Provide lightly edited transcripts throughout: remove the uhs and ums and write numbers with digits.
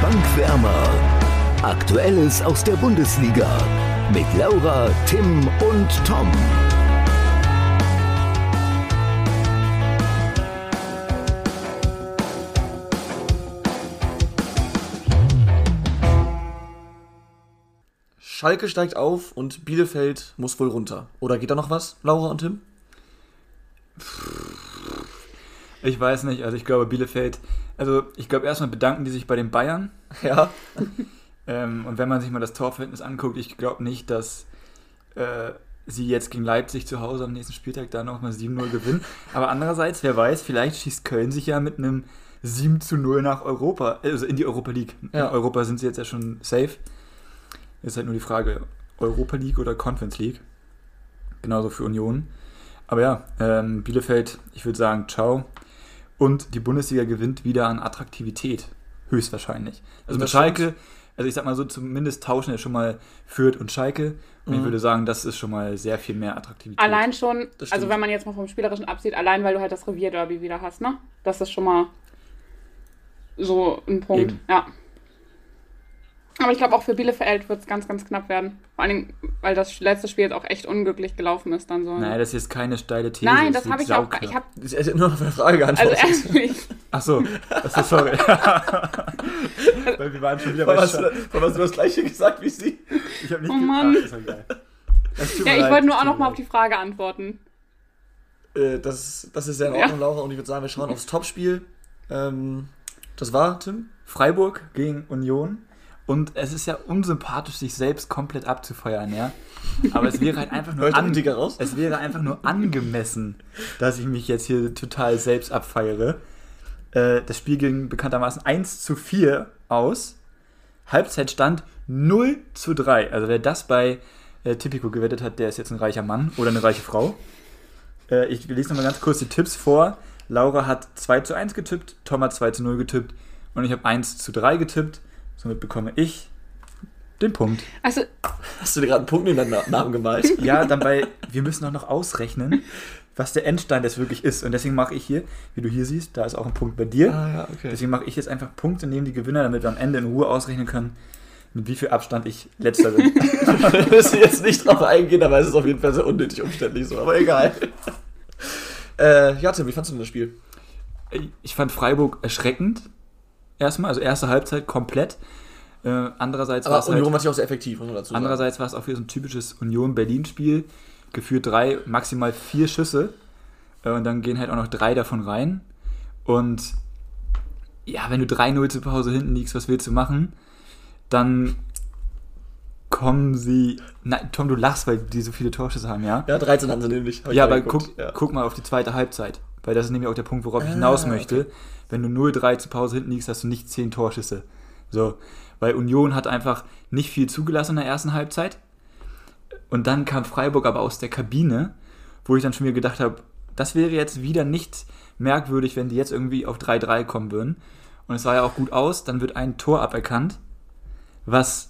Frank Wärmer. Aktuelles aus der Bundesliga mit Laura, Tim und Tom. Schalke steigt auf und Bielefeld muss wohl runter. Oder geht da noch was, Laura und Tim? Ich weiß nicht, also ich glaube Bielefeld, erstmal bedanken die sich bei den Bayern. Ja. Und wenn man sich mal das Torverhältnis anguckt, ich glaube nicht, dass sie jetzt gegen Leipzig zu Hause am nächsten Spieltag da nochmal 7-0 gewinnen. Aber andererseits, wer weiß, vielleicht schießt Köln sich ja mit einem 7-0 nach Europa, also in die Europa League. Ja. In Europa sind sie jetzt ja schon safe. Ist halt nur die Frage, Europa League oder Conference League. Genauso für Union. Aber ja, Bielefeld, ich würde sagen, ciao. Und die Bundesliga gewinnt wieder an Attraktivität. Höchstwahrscheinlich. Also mit Schalke, also ich sag mal so, zumindest tauschen ja schon mal Fürth und Schalke. Und ich würde sagen, das ist schon mal sehr viel mehr Attraktivität. Allein schon, also wenn man jetzt mal vom Spielerischen absieht, allein weil du halt das Revierderby wieder hast, ne? Das ist schon mal so ein Punkt, Eben. Ja. Aber ich glaube, auch für Bielefeld wird es ganz, ganz knapp werden. Vor allen Dingen, weil das letzte Spiel jetzt auch echt unglücklich gelaufen ist. Dann so. Nein, das ist jetzt keine steile These. Nein, das habe ich auch. Ich hab, Das ist nur noch auf eine Frage geantwortet. also ehrlich. Achso, sorry. Weil wir waren schon wieder bei Hast du das Gleiche gesagt wie sie? Ich habe nicht Oh Mann. das war geil. Ja, ich wollte nur auch noch mal auf die Frage antworten. Das ist ja in Ordnung, Laura. Und ich würde sagen, wir schauen aufs Topspiel. Das war, Tim? Freiburg gegen Union. Und es ist ja unsympathisch, sich selbst komplett abzufeiern, ja. Aber es wäre halt einfach nur es wäre einfach nur angemessen, dass ich mich jetzt hier total selbst abfeiere. Das Spiel ging bekanntermaßen 1-4 aus. Halbzeitstand 0-3. Also wer das bei Tipico gewettet hat, der ist jetzt ein reicher Mann oder eine reiche Frau. Ich lese nochmal ganz kurz die Tipps vor. Laura hat 2-1 getippt, Tom hat 2-0 getippt und ich habe 1-3 getippt. Somit bekomme ich den Punkt. Also, Hast du dir gerade einen Punkt in deinen Namen gemalt? Ja, wir müssen auch noch ausrechnen, was der Endstand jetzt wirklich ist. Und deswegen mache ich hier, wie du hier siehst, da ist auch ein Punkt bei dir. Ah, ja, okay. Deswegen mache ich jetzt einfach Punkte neben die Gewinner, damit wir am Ende in Ruhe ausrechnen können, mit wie viel Abstand ich letzter bin. Wir müssen jetzt nicht drauf eingehen, aber es ist auf jeden Fall sehr unnötig umständlich so. Aber egal. Ja, Tim, wie fandst du denn das Spiel? Ich fand Freiburg erschreckend. Erstmal, also erste Halbzeit komplett. Andererseits war es Union war sich auch sehr effektiv, muss man dazu sagen. Andererseits war es auch wieder so ein typisches Union-Berlin-Spiel. Geführt 3, maximal 4 Schüsse. Und dann gehen halt auch noch 3 davon rein. Und ja, wenn du 3-0 zur Pause hinten liegst, was willst du machen? Dann kommen sie... Nein, Tom, du lachst, weil die so viele Torschüsse haben, ja? Ja, 13 haben sie nämlich. Ja, aber guck mal auf die zweite Halbzeit. Weil das ist nämlich auch der Punkt, worauf ich hinaus möchte. Okay. Wenn du 0-3 zur Pause hinten liegst, hast du nicht 10 Torschüsse. So, weil Union hat einfach nicht viel zugelassen in der ersten Halbzeit. Und dann kam Freiburg aber aus der Kabine, wo ich dann schon wieder gedacht habe, das wäre jetzt wieder nicht merkwürdig, wenn die jetzt irgendwie auf 3-3 kommen würden. Und es sah ja auch gut aus, dann wird ein Tor aberkannt, was...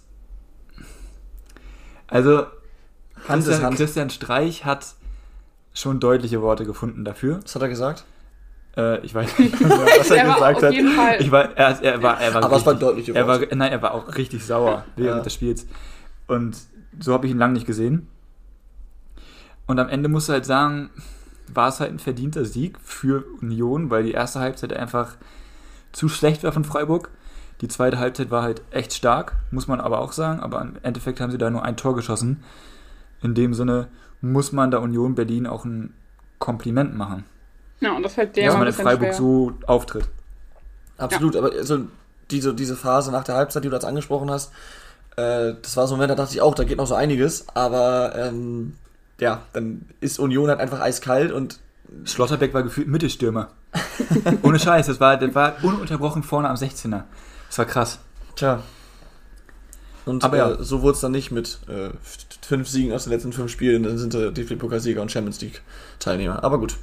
Also, Christian Streich hat schon deutliche Worte gefunden dafür. Was hat er gesagt? Ich weiß nicht, was er gesagt hat. Jeden Fall. Er war aber richtig, es war deutliche Worte. Er war auch richtig sauer während des Spiels. Und so habe ich ihn lange nicht gesehen. Und am Ende musst du halt sagen, war es halt ein verdienter Sieg für Union, weil die erste Halbzeit einfach zu schlecht war von Freiburg. Die zweite Halbzeit war halt echt stark, muss man aber auch sagen. Aber im Endeffekt haben sie da nur ein Tor geschossen. In dem Sinne muss man der Union Berlin auch ein Kompliment machen. Ja, und das fällt dir dass mal man ein in bisschen Freiburg schwer. so auftritt. Absolut, aber also diese Phase nach der Halbzeit, die du jetzt angesprochen hast, das war so ein Moment, da dachte ich auch, da geht noch so einiges, aber ja, dann ist Union halt einfach eiskalt und Schlotterbeck war gefühlt Mittelstürmer. Ohne Scheiß, das war ununterbrochen vorne am 16er. Das war krass. Tja. Und aber ja. So wurde es dann nicht mit 5 Siegen aus den letzten 5 Spielen, dann sind sie DFB-Pokalsieger und Champions League-Teilnehmer. Aber gut.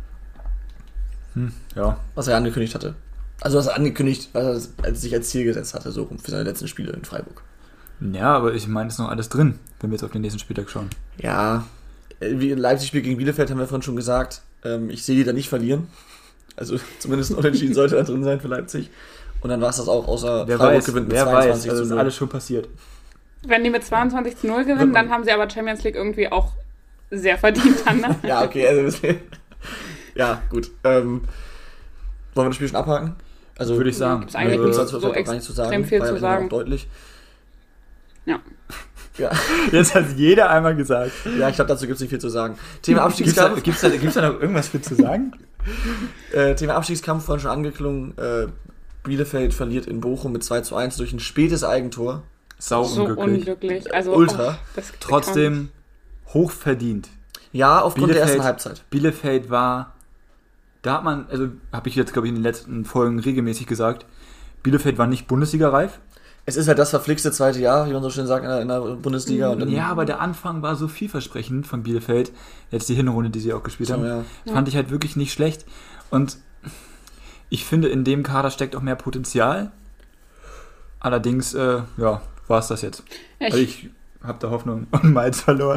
Ja. Was er angekündigt hatte. Also was er angekündigt, was er sich als Ziel gesetzt hatte, so rum für seine letzten Spiele in Freiburg. Ja, aber ich meine, es ist noch alles drin, wenn wir jetzt auf den nächsten Spieltag schauen. Ja, wie Leipzig-Spiel gegen Bielefeld haben wir vorhin schon gesagt. Ich sehe die da nicht verlieren. Also zumindest ein Unentschieden sollte da drin sein für Leipzig. Und dann war es das auch, außer wer Freiburg weiß, gewinnt mit wer 22 weiß, also zu ist 0. alles schon passiert. Wenn die mit 22-0 gewinnen, dann haben sie aber Champions League irgendwie auch sehr verdient dann, ne? Ja, okay, also ja, gut. Wollen wir das Spiel schon abhaken? Also würde ich sagen. Gibt's eigentlich nicht so gar nicht zu sagen. extrem viel war zu ja sagen. Auch deutlich. Ja. Ja. Jetzt hat jeder einmal gesagt. Ja, ich glaube, dazu gibt es nicht viel zu sagen. Thema Abstiegskampf. Gibt's da noch irgendwas für zu sagen? Thema Abstiegskampf, vorhin schon angeklungen. Bielefeld verliert in Bochum mit 2:1 durch ein spätes Eigentor. So unglücklich. Also, Ultra. Trotzdem hochverdient. Ja, aufgrund der ersten Halbzeit. Bielefeld war, da hat man, also habe ich jetzt glaube ich in den letzten Folgen regelmäßig gesagt, Bielefeld war nicht Bundesliga-reif. Es ist halt das verflixte zweite Jahr, wie man so schön sagt, in der Bundesliga. Und ja, aber der Anfang war so vielversprechend von Bielefeld. Jetzt die Hinrunde, die sie auch gespielt haben. Ja. Fand ich halt wirklich nicht schlecht. Und ich finde, in dem Kader steckt auch mehr Potenzial. Allerdings, war es das jetzt. Ja, also ich habe da Hoffnung und Mainz verloren.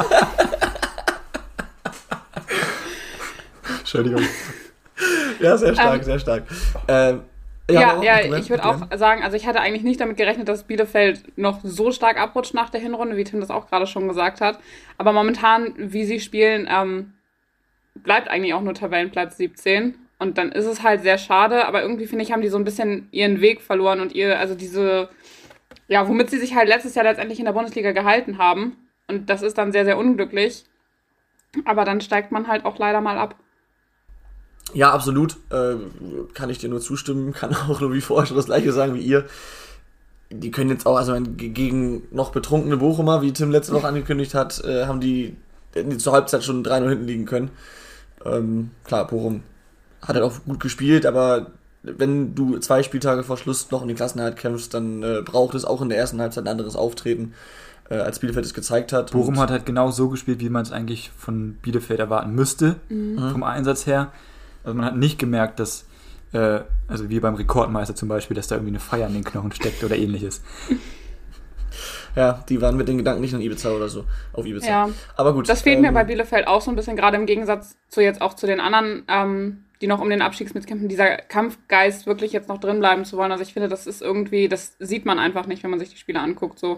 Entschuldigung. Ja, sehr stark, sehr stark. Ich würde auch sagen, also ich hatte eigentlich nicht damit gerechnet, dass Bielefeld noch so stark abrutscht nach der Hinrunde, wie Tim das auch gerade schon gesagt hat. Aber momentan, wie sie spielen, bleibt eigentlich auch nur Tabellenplatz 17. Und dann ist es halt sehr schade, aber irgendwie, finde ich, haben die so ein bisschen ihren Weg verloren und womit sie sich halt letztes Jahr letztendlich in der Bundesliga gehalten haben. Und das ist dann sehr, sehr unglücklich. Aber dann steigt man halt auch leider mal ab. Ja, absolut. Kann ich dir nur zustimmen. Kann auch nur wie vorher schon das Gleiche sagen wie ihr. Die können jetzt auch, also gegen noch betrunkene Bochumer, wie Tim letzte Woche angekündigt hat, haben die zur Halbzeit schon 3-0 hinten liegen können. Klar, Bochum hat halt auch gut gespielt, aber wenn du 2 Spieltage vor Schluss noch um den Klassenerhalt kämpfst, dann braucht es auch in der ersten Halbzeit ein anderes Auftreten, als Bielefeld es gezeigt hat. Bochum hat halt genau so gespielt, wie man es eigentlich von Bielefeld erwarten müsste, vom Einsatz her. Also man hat nicht gemerkt, dass, also wie beim Rekordmeister zum Beispiel, dass da irgendwie eine Feier in den Knochen steckt oder ähnliches. Ja, die waren mit den Gedanken nicht an Ibiza oder so, auf Ibiza. Ja, aber gut. Das fehlt mir bei Bielefeld auch so ein bisschen, gerade im Gegensatz zu jetzt auch zu den anderen, die noch um den Abstieg kämpfen, dieser Kampfgeist wirklich jetzt noch drin bleiben zu wollen. Also ich finde, das ist irgendwie, das sieht man einfach nicht, wenn man sich die Spiele anguckt, so.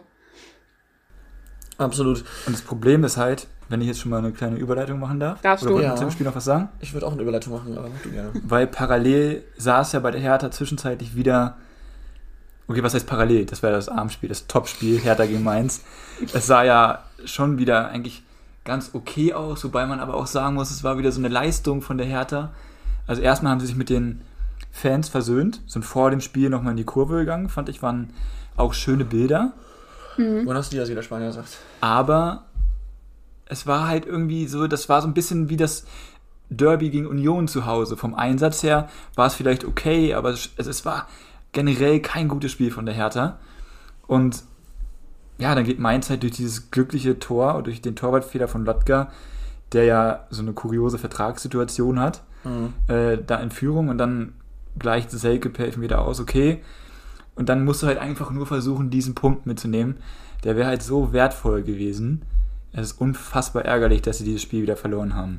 Absolut. Und das Problem ist halt, wenn ich jetzt schon mal eine kleine Überleitung machen darf. Darfst du? Zum Spiel noch was sagen? Ich würde auch eine Überleitung machen, aber mach du gerne. Weil parallel sah es ja bei der Hertha zwischenzeitlich wieder, okay, was heißt parallel? Das war das Abendspiel, das Topspiel, Hertha gegen Mainz. Es sah ja schon wieder eigentlich ganz okay aus, wobei man aber auch sagen muss, es war wieder so eine Leistung von der Hertha. Also erstmal haben sie sich mit den Fans versöhnt, sind vor dem Spiel nochmal in die Kurve gegangen, fand ich, waren auch schöne Bilder. Buenos Dias, wie der Spanier sagt. Aber es war halt irgendwie so, das war so ein bisschen wie das Derby gegen Union zu Hause. Vom Einsatz her war es vielleicht okay, aber es war generell kein gutes Spiel von der Hertha. Und ja, dann geht Mainz halt durch dieses glückliche Tor, durch den Torwartfehler von Lotka, der ja so eine kuriose Vertragssituation hat, da in Führung und dann gleicht Selke per Elfmeter aus, okay. Und dann musst du halt einfach nur versuchen, diesen Punkt mitzunehmen. Der wäre halt so wertvoll gewesen. Es ist unfassbar ärgerlich, dass sie dieses Spiel wieder verloren haben.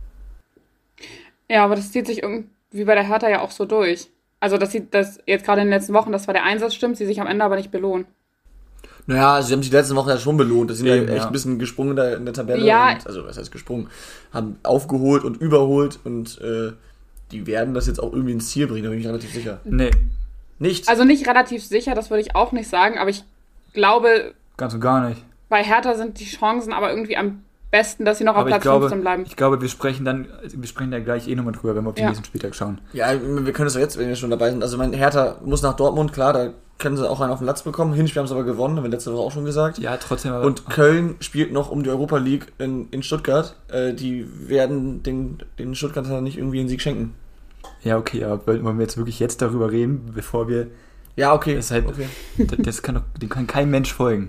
Ja, aber das zieht sich irgendwie bei der Hertha ja auch so durch. Also das jetzt gerade in den letzten Wochen, das war der Einsatz, stimmt, sie sich am Ende aber nicht belohnen. Naja, sie haben sich die letzten Wochen ja schon belohnt. Das sind Eben, ja echt ja. ein bisschen gesprungen in der Tabelle. Ja. Und, also was heißt gesprungen? Haben aufgeholt und überholt und die werden das jetzt auch irgendwie ins Ziel bringen, da bin ich relativ sicher. Nee, Nicht? Also nicht relativ sicher, das würde ich auch nicht sagen, aber ich glaube, ganz und gar nicht. bei Hertha sind die Chancen aber irgendwie am besten, dass sie noch auf Aber Platz 15 bleiben. ich glaube, wir sprechen da gleich nochmal drüber, wenn wir auf den nächsten Spieltag schauen. Ja, wir können es doch jetzt, wenn wir schon dabei sind. Also mein Hertha muss nach Dortmund, klar, da können sie auch einen auf den Latz bekommen. Hinspiel haben sie aber gewonnen, haben wir letzte Woche auch schon gesagt. Ja, trotzdem aber. Und Köln spielt noch um die Europa League in Stuttgart. Die werden den Stuttgarter nicht irgendwie einen Sieg schenken. Ja, okay, aber wollen wir jetzt wirklich darüber reden, bevor wir. Ja, okay. Das, ist halt, okay. Dem kann kein Mensch folgen.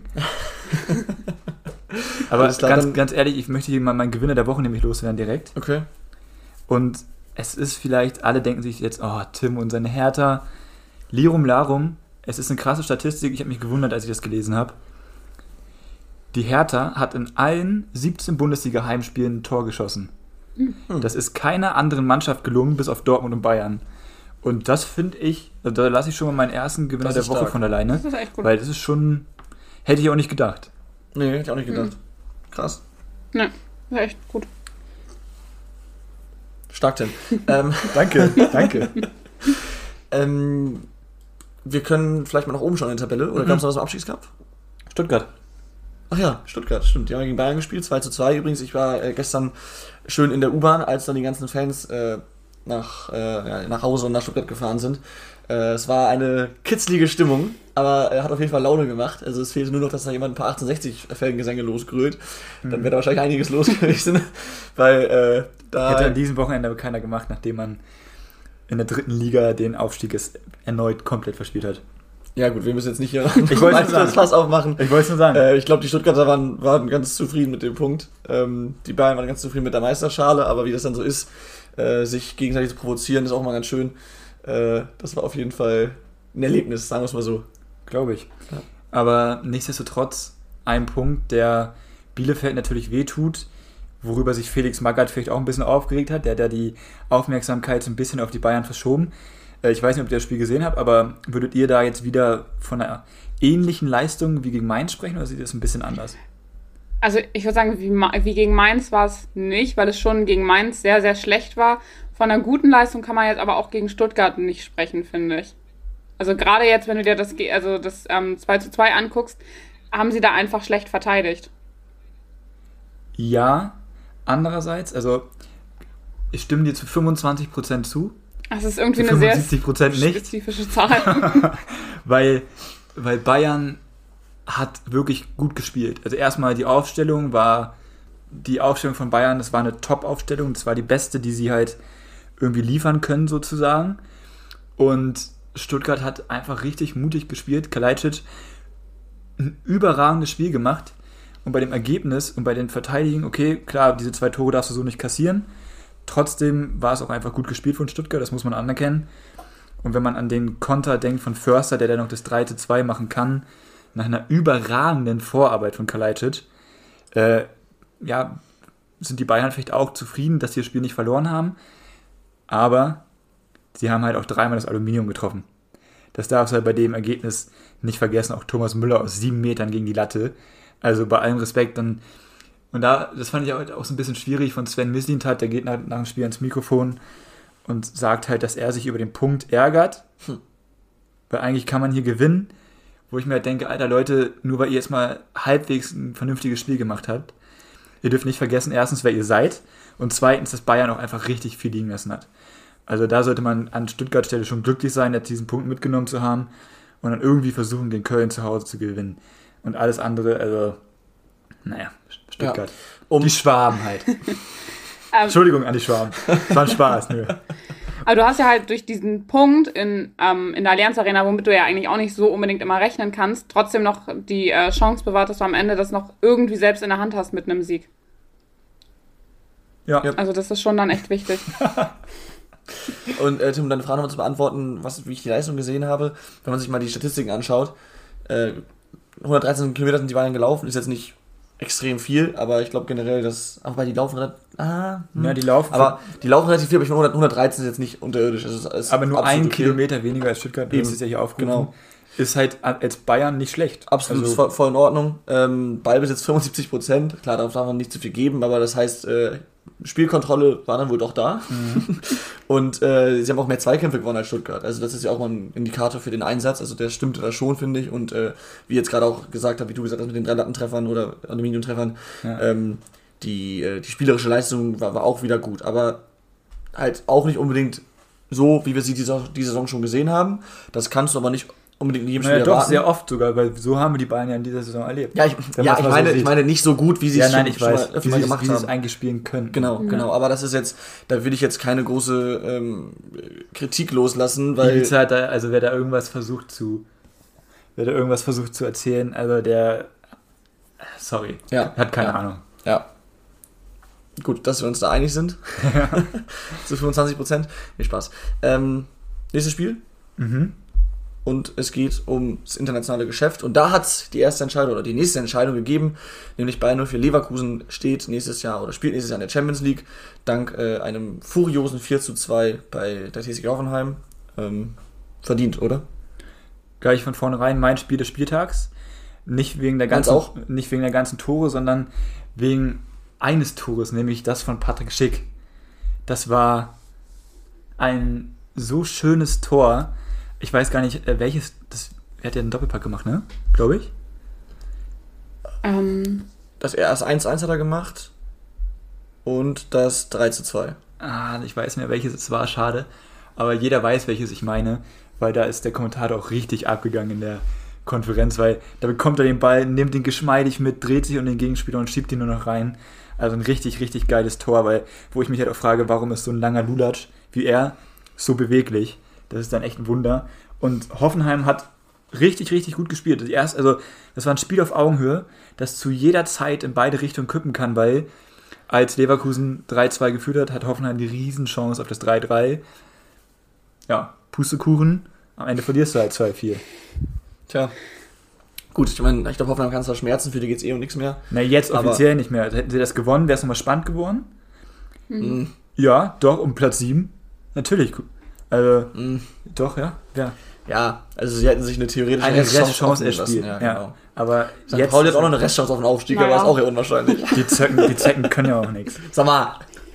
Aber klar, ganz ehrlich, ich möchte hier mal meinen Gewinner der Woche nämlich loswerden direkt. Okay. Und es ist vielleicht, alle denken sich jetzt, oh, Tim und seine Hertha, Lirum Larum, es ist eine krasse Statistik, ich habe mich gewundert, als ich das gelesen habe. Die Hertha hat in allen 17 Bundesliga-Heimspielen ein Tor geschossen. Das ist keiner anderen Mannschaft gelungen, bis auf Dortmund und Bayern. Und das finde ich, also da lasse ich schon mal meinen ersten Gewinner der Woche von alleine. Das ist echt gut. Weil das ist schon, hätte ich auch nicht gedacht. Nee, hätte ich auch nicht gedacht. Krass. Ne, war echt gut. Stark, Tim. Danke. Wir können vielleicht mal nach oben schauen in der Tabelle. Oder gab es noch was im Abstiegskampf? Stuttgart. Ach ja, Stuttgart, stimmt. Die haben gegen Bayern gespielt, 2:2 übrigens. Ich war gestern schön in der U-Bahn, als dann die ganzen Fans nach Hause und nach Stuttgart gefahren sind. Es war eine kitzlige Stimmung, aber er hat auf jeden Fall Laune gemacht. Also es fehlte nur noch, dass da jemand ein paar 1860-Felgengesänge losgrölt. Dann wäre da wahrscheinlich einiges los gewesen. Weil da hätte an diesem Wochenende aber keiner gemacht, nachdem man in der 3. Liga den Aufstieg erneut komplett verspielt hat. Ja gut, wir müssen jetzt nicht hier das Fass aufmachen. Ich wollte es nur sagen. Ich glaube, die Stuttgarter waren ganz zufrieden mit dem Punkt. Die Bayern waren ganz zufrieden mit der Meisterschale, aber wie das dann so ist, sich gegenseitig zu provozieren, ist auch mal ganz schön. Das war auf jeden Fall ein Erlebnis, sagen wir es mal so. Glaube ich. Ja. Aber nichtsdestotrotz ein Punkt, der Bielefeld natürlich wehtut, worüber sich Felix Magath vielleicht auch ein bisschen aufgeregt hat. Der hat ja die Aufmerksamkeit so ein bisschen auf die Bayern verschoben. Ich weiß nicht, ob ihr das Spiel gesehen habt, aber würdet ihr da jetzt wieder von einer ähnlichen Leistung wie gegen Mainz sprechen oder sieht das ein bisschen anders? Also ich würde sagen, wie gegen Mainz war es nicht, weil es schon gegen Mainz sehr, sehr schlecht war. Von einer guten Leistung kann man jetzt aber auch gegen Stuttgart nicht sprechen, finde ich. Also gerade jetzt, wenn du dir das 2:2 anguckst, haben sie da einfach schlecht verteidigt. Ja, andererseits, also ich stimme dir zu 25% zu. Das ist irgendwie eine sehr spezifische Zahl. weil Bayern hat wirklich gut gespielt. Also erstmal die Aufstellung von Bayern, das war eine Top-Aufstellung, das war die beste, die sie halt irgendwie liefern können sozusagen. Und Stuttgart hat einfach richtig mutig gespielt. Kalajdzic ein überragendes Spiel gemacht. Und bei dem Ergebnis und bei den Verteidigungen, okay, klar, diese 2 Tore darfst du so nicht kassieren. Trotzdem war es auch einfach gut gespielt von Stuttgart, das muss man anerkennen. Und wenn man an den Konter denkt von Förster, der dann noch das 3:2 machen kann, nach einer überragenden Vorarbeit von Kalajdzic, sind die Bayern vielleicht auch zufrieden, dass sie das Spiel nicht verloren haben. Aber sie haben halt auch 3-mal das Aluminium getroffen. Das darfst du halt bei dem Ergebnis nicht vergessen. Auch Thomas Müller aus 7 Metern gegen die Latte. Also bei allem Respekt. Und das fand ich auch so ein bisschen schwierig von Sven Mislintat. Der geht nach dem Spiel ans Mikrofon und sagt halt, dass er sich über den Punkt ärgert. Weil eigentlich kann man hier gewinnen. Wo ich mir halt denke, Alter Leute, nur weil ihr jetzt mal halbwegs ein vernünftiges Spiel gemacht habt, ihr dürft nicht vergessen, erstens, wer ihr seid und zweitens, dass Bayern auch einfach richtig viel liegen lassen hat. Also da sollte man an Stuttgarts Stelle schon glücklich sein, jetzt diesen Punkt mitgenommen zu haben und dann irgendwie versuchen, gegen Köln zu Hause zu gewinnen. Und alles andere, also, Stuttgart. Ja, die Schwaben halt. Entschuldigung an die Schwaben. Das war ein Spaß. Nö. Aber du hast ja halt durch diesen Punkt in der Allianz Arena, womit du ja eigentlich auch nicht so unbedingt immer rechnen kannst, trotzdem noch die Chance bewahrt, dass du am Ende das noch irgendwie selbst in der Hand hast mit einem Sieg. Ja. Also das ist schon dann echt wichtig. Und Tim, um deine Frage nochmal zu beantworten, wie ich die Leistung gesehen habe, wenn man sich mal die Statistiken anschaut, 113 Kilometer sind die Bayern gelaufen, ist jetzt nicht extrem viel, aber ich glaube generell, dass, aber die laufen die laufen. Aber die laufen relativ viel, aber ich meine 113 ist jetzt nicht unterirdisch. Ist aber nur 1 Kilometer weniger als Stuttgart, das ist ja hier aufgerufen. Genau. Ist halt als Bayern nicht schlecht. Absolut, also, voll in Ordnung. Ballbesitz 75%, klar, darauf darf man nicht zu viel geben, aber das heißt, Spielkontrolle war dann wohl doch da. Mhm. Und sie haben auch mehr Zweikämpfe gewonnen als Stuttgart. Also das ist ja auch mal ein Indikator für den Einsatz. Also der stimmt da schon, finde ich. Und wie jetzt gerade auch gesagt habe, wie du gesagt hast, mit den 3 Lattentreffern oder Aluminiumtreffern, die spielerische Leistung war auch wieder gut. Aber halt auch nicht unbedingt so, wie wir sie die Saison schon gesehen haben. Das kannst du aber nicht unbedingt in jedem Spiel erwarten. Doch, sehr oft sogar, weil so haben wir die Bayern ja in dieser Saison erlebt. Ich meine nicht so gut, wie sie es schon mal gemacht haben. Wie sie es eigentlich spielen können. Genau, aber das ist jetzt, da will ich jetzt keine große Kritik loslassen, weil... wer da irgendwas versucht zu erzählen, also der, hat keine Ahnung. Ja. Gut, dass wir uns da einig sind. Zu 25%. Nee, Spaß. Nächstes Spiel. Und es geht ums internationale Geschäft. Und da hat es die erste Entscheidung oder die nächste Entscheidung gegeben, nämlich Bayern 04 Leverkusen spielt nächstes Jahr in der Champions League, dank einem furiosen 4:2 bei der TSG Hoffenheim. verdient, oder? Gleich von vornherein mein Spiel des Spieltags. Nicht wegen der ganzen Tore, sondern wegen eines Tores, nämlich das von Patrick Schick. Das war ein so schönes Tor. Ich weiß gar nicht, welches. Er hat ja einen Doppelpack gemacht, ne? Glaube ich. Das 1-1 hat er gemacht und das 3-2. Ich weiß nicht mehr, welches es war, schade. Aber jeder weiß, welches ich meine, weil da ist der Kommentator auch richtig abgegangen in der Konferenz, weil da bekommt er den Ball, nimmt ihn geschmeidig mit, dreht sich um den Gegenspieler und schiebt ihn nur noch rein. Also ein richtig, richtig geiles Tor, wo ich mich halt auch frage, warum ist so ein langer Lulatsch wie er so beweglich? Das ist dann echt ein Wunder. Und Hoffenheim hat richtig, richtig gut gespielt. Das war ein Spiel auf Augenhöhe, das zu jeder Zeit in beide Richtungen kippen kann, weil als Leverkusen 3-2 geführt hat Hoffenheim die Riesenchance auf das 3-3. Ja, Pustekuchen, am Ende verlierst du halt 2-4. Tja. Gut, ich meine, ich glaube, Hoffenheim kann es verschmerzen, für die geht es um nichts mehr. Na, jetzt offiziell nicht mehr. Hätten sie das gewonnen, wäre es nochmal spannend geworden. Mhm. Ja, doch, um Platz 7. Natürlich. Also, doch, ja. Ja, also sie hätten sich eine theoretische Restchance erspielt. Ja, genau. Aber St. Pauli hat auch noch eine Restchance auf den Aufstieg, aber ist auch eher unwahrscheinlich. Die Zecken können ja auch nichts. Sag mal.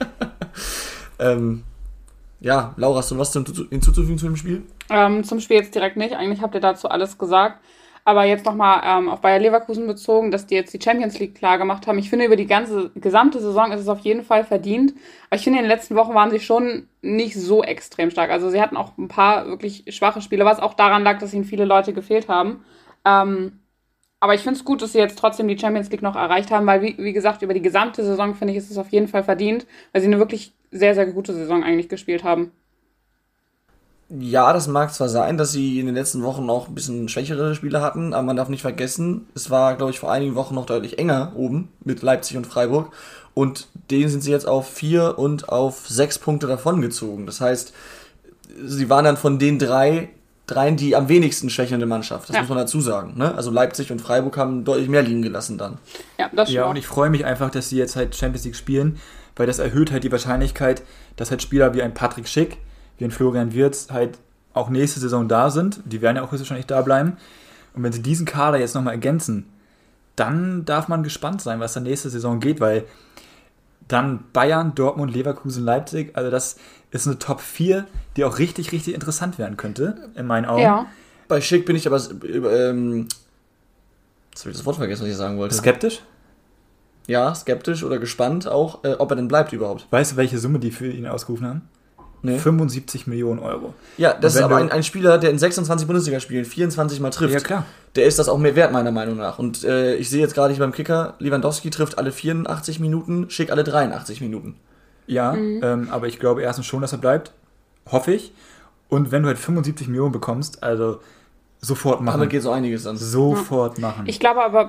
Ja, Laura, hast du was hinzuzufügen zu dem Spiel? Zum Spiel jetzt direkt nicht. Eigentlich habt ihr dazu alles gesagt. Aber jetzt nochmal auf Bayer Leverkusen bezogen, dass die jetzt die Champions League klar gemacht haben. Ich finde, über die gesamte Saison ist es auf jeden Fall verdient. Aber ich finde, in den letzten Wochen waren sie schon nicht so extrem stark. Also sie hatten auch ein paar wirklich schwache Spiele, was auch daran lag, dass ihnen viele Leute gefehlt haben. Aber ich finde es gut, dass sie jetzt trotzdem die Champions League noch erreicht haben, weil, wie gesagt, über die gesamte Saison, finde ich, ist es auf jeden Fall verdient, weil sie eine wirklich sehr, sehr gute Saison eigentlich gespielt haben. Ja, das mag zwar sein, dass sie in den letzten Wochen auch ein bisschen schwächere Spiele hatten, aber man darf nicht vergessen, es war, glaube ich, vor einigen Wochen noch deutlich enger oben mit Leipzig und Freiburg und denen sind sie jetzt auf 4 und auf 6 Punkte davongezogen. Das heißt, sie waren dann von den dreien die am wenigsten schwächelnde Mannschaft. Das muss man dazu sagen. Ne? Also Leipzig und Freiburg haben deutlich mehr liegen gelassen dann. Ja, das schon. Ja, und ich freue mich einfach, dass sie jetzt halt Champions League spielen, weil das erhöht halt die Wahrscheinlichkeit, dass halt Spieler wie ein Patrick Schick, wie ein Florian Wirtz halt auch nächste Saison da sind. Die werden ja auch höchstwahrscheinlich da bleiben. Und wenn sie diesen Kader jetzt nochmal ergänzen, dann darf man gespannt sein, was dann nächste Saison geht, weil dann Bayern, Dortmund, Leverkusen, Leipzig, also das ist eine Top 4, die auch richtig, richtig interessant werden könnte, in meinen Augen. Ja. Bei Schick bin ich aber, jetzt habe ich das Wort vergessen, was ich sagen wollte. Skeptisch? Ja, skeptisch oder gespannt auch, ob er denn bleibt überhaupt. Weißt du, welche Summe die für ihn ausgerufen haben? Nee. 75 Millionen Euro. Ja, das ist aber ein Spieler, der in 26 Bundesligaspielen 24 Mal trifft. Ja, klar. Der ist das auch mehr wert, meiner Meinung nach. Und ich sehe jetzt gerade hier beim Kicker, Lewandowski trifft alle 84 Minuten, Schick alle 83 Minuten. Ja, aber ich glaube erstens schon, dass er bleibt. Hoffe ich. Und wenn du halt 75 Millionen bekommst, also sofort machen. Damit geht so einiges dann. Sofort machen. Ich glaube aber...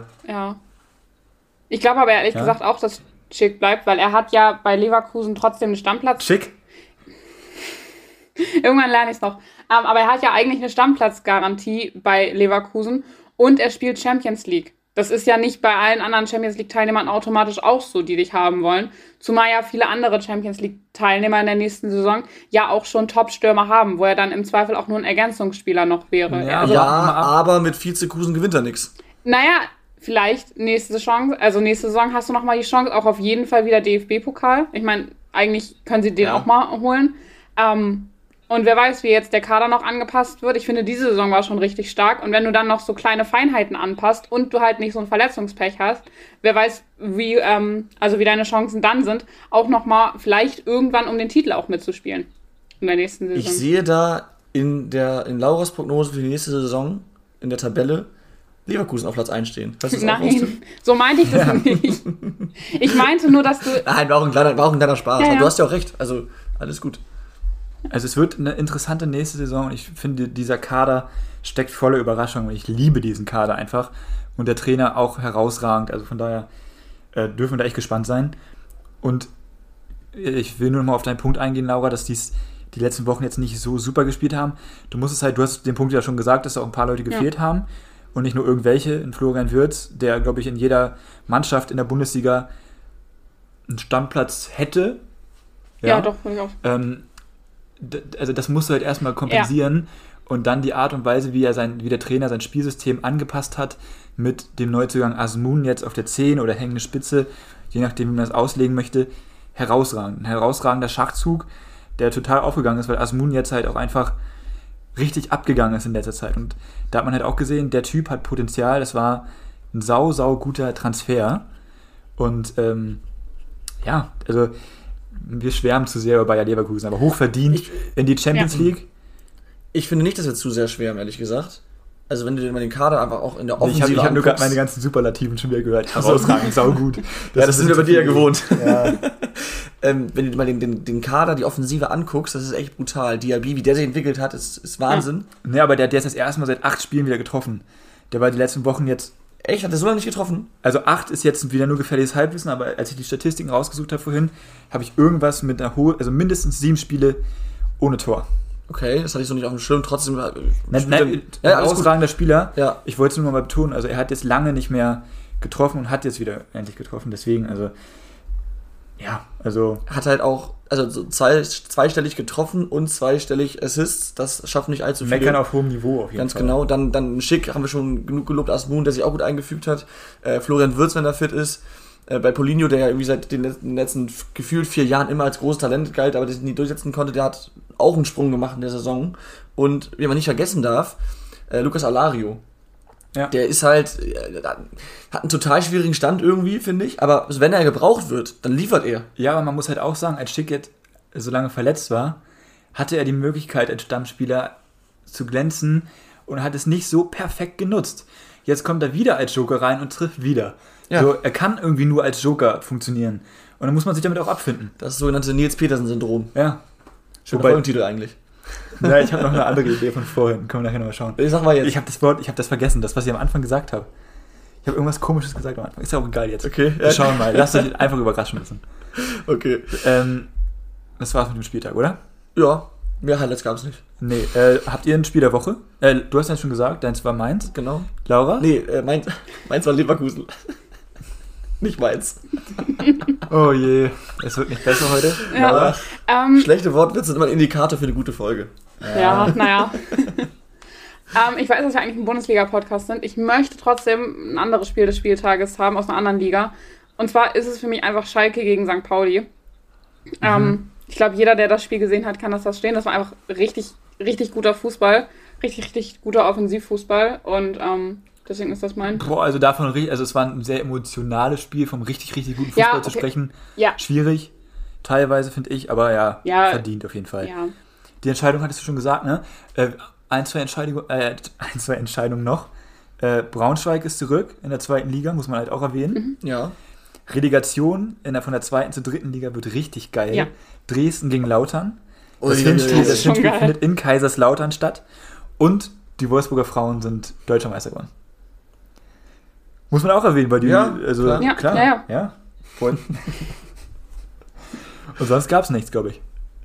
Ich glaube aber ehrlich gesagt auch, dass Schick bleibt, weil er hat ja bei Leverkusen trotzdem einen Stammplatz. Schick? Irgendwann lerne ich es noch. Aber er hat ja eigentlich eine Stammplatzgarantie bei Leverkusen und er spielt Champions League. Das ist ja nicht bei allen anderen Champions League-Teilnehmern automatisch auch so, die dich haben wollen. Zumal ja viele andere Champions League-Teilnehmer in der nächsten Saison ja auch schon Top-Stürmer haben, wo er dann im Zweifel auch nur ein Ergänzungsspieler noch wäre. Ja, also, aber mit Vizekusen gewinnt er nichts. Naja, vielleicht nächste Saison hast du nochmal die Chance, auch auf jeden Fall wieder DFB-Pokal. Ich meine, eigentlich können sie den auch mal holen. Und wer weiß, wie jetzt der Kader noch angepasst wird. Ich finde, diese Saison war schon richtig stark. Und wenn du dann noch so kleine Feinheiten anpasst und du halt nicht so ein Verletzungspech hast, wer weiß, wie deine Chancen dann sind, auch nochmal vielleicht irgendwann um den Titel auch mitzuspielen in der nächsten Saison. Ich sehe da in Lauras Prognose für die nächste Saison in der Tabelle Leverkusen auf Platz 1 stehen. Nein, so meinte ich das nicht. Ich meinte nur, dass du... Nein, war auch ein kleiner Spaß. Ja. Du hast ja auch recht. Also, alles gut. Also es wird eine interessante nächste Saison und ich finde, dieser Kader steckt voller Überraschungen und ich liebe diesen Kader einfach und der Trainer auch herausragend, also von daher dürfen wir da echt gespannt sein. Und ich will nur noch mal auf deinen Punkt eingehen, Laura, dass die letzten Wochen jetzt nicht so super gespielt haben. Du hast den Punkt ja schon gesagt, dass da auch ein paar Leute gefehlt haben und nicht nur irgendwelche, in Florian Wirtz, der, glaube ich, in jeder Mannschaft in der Bundesliga einen Stammplatz hätte. Ja doch, würde ich auch. also das musst du halt erstmal kompensieren und dann die Art und Weise, wie der Trainer sein Spielsystem angepasst hat mit dem Neuzugang Azmoun jetzt auf der 10 oder hängende Spitze, je nachdem, wie man das auslegen möchte, herausragend. Ein herausragender Schachzug, der total aufgegangen ist, weil Azmoun jetzt halt auch einfach richtig abgegangen ist in letzter Zeit. Und da hat man halt auch gesehen, der Typ hat Potenzial, das war ein sau guter Transfer. Und also wir schwärmen zu sehr über Bayer Leverkusen, aber hochverdient in die Champions League. Ich finde nicht, dass wir zu sehr schwärmen, ehrlich gesagt. Also wenn du dir mal den Kader einfach auch in der Offensive Ich habe nur gerade meine ganzen Superlativen schon wieder gehört. Herausragend, saugut. Das sind wir bei dir ja gewohnt. Ja. Wenn du dir mal den Kader, die Offensive anguckst, das ist echt brutal. Diaby, wie der sich entwickelt hat, ist Wahnsinn. Ja, aber der ist das erste Mal seit 8 Spielen wieder getroffen. Der war die letzten Wochen jetzt... Echt? Hat der so lange nicht getroffen? Also 8 ist jetzt wieder nur gefährliches Halbwissen, aber als ich die Statistiken rausgesucht habe vorhin, habe ich irgendwas mit einer also mindestens 7 Spiele ohne Tor. Okay, das hatte ich so nicht auf dem Schirm, trotzdem... Herausragender Spieler. Ja. Ich wollte es nur mal betonen, also er hat jetzt lange nicht mehr getroffen und hat jetzt wieder endlich getroffen, deswegen, also... Ja, also... Hat halt auch, also so zweistellig getroffen und zweistellig Assists, das schafft nicht allzu viel. Meckern auf hohem Niveau auf jeden Ganz Fall. genau, dann Schick, haben wir schon genug gelobt, Azmoun, der sich auch gut eingefügt hat. Florian Wirtz, wenn er fit ist. Bei Paulinho, der ja irgendwie seit den letzten gefühlt 4 Jahren immer als großes Talent galt, aber das nie durchsetzen konnte, der hat auch einen Sprung gemacht in der Saison. Und wie man nicht vergessen darf, Lucas Alario. Ja. Der ist halt, hat einen total schwierigen Stand irgendwie, finde ich, aber wenn er gebraucht wird, dann liefert er. Ja, aber man muss halt auch sagen, als Schick jetzt so lange verletzt war, hatte er die Möglichkeit als Stammspieler zu glänzen und hat es nicht so perfekt genutzt. Jetzt kommt er wieder als Joker rein und trifft wieder. Ja. So, er kann irgendwie nur als Joker funktionieren. Und dann muss man sich damit auch abfinden. Das sogenannte Nils-Petersen-Syndrom. Ja. Schöner Folgentitel eigentlich. Ja, ich habe noch eine andere Idee von vorhin. Können wir nachher nochmal schauen. Ich sag mal jetzt. Ich habe das vergessen, das, was ich am Anfang gesagt habe. Ich habe irgendwas Komisches gesagt am Anfang. Ist ja auch egal jetzt. Okay. Wir schauen mal. Lasst euch einfach überraschen lassen. Okay. Das war's mit dem Spieltag, oder? Ja. Mehr Highlights gab's nicht. Nee. Habt ihr ein Spiel der Woche? Du hast ja schon gesagt, deins war Mainz. Genau. Laura? Nee, Mainz war Leverkusen. Nicht Mainz. Oh je. Es wird nicht besser heute. Ja. Schlechte Wortwitze sind immer ein Indikator für eine gute Folge. Ja, naja. Ich weiß, dass wir eigentlich ein Bundesliga-Podcast sind. Ich möchte trotzdem ein anderes Spiel des Spieltages haben aus einer anderen Liga. Und zwar ist es für mich einfach Schalke gegen St. Pauli. Ich glaube, jeder, der das Spiel gesehen hat, kann das verstehen. Das war einfach richtig, richtig guter Fußball. Richtig, richtig guter Offensivfußball. Und deswegen ist das mein... Boah, also es war ein sehr emotionales Spiel, vom richtig, richtig guten Fußball zu sprechen. Ja. Schwierig, teilweise, finde ich, aber verdient auf jeden Fall. Ja. Die Entscheidung hattest du schon gesagt, ne? Ein, zwei Entscheidungen noch. Braunschweig ist zurück in der 2. Liga, muss man halt auch erwähnen. Ja. Relegation von der 2. zur 3. Liga wird richtig geil. Ja. Dresden gegen Lautern. Das Hinspiel findet in Kaiserslautern statt. Und die Wolfsburger Frauen sind Deutscher Meister geworden. Muss man auch erwähnen, weil die... Ja, klar. Ja. Voll. Und sonst gab es nichts, glaube ich.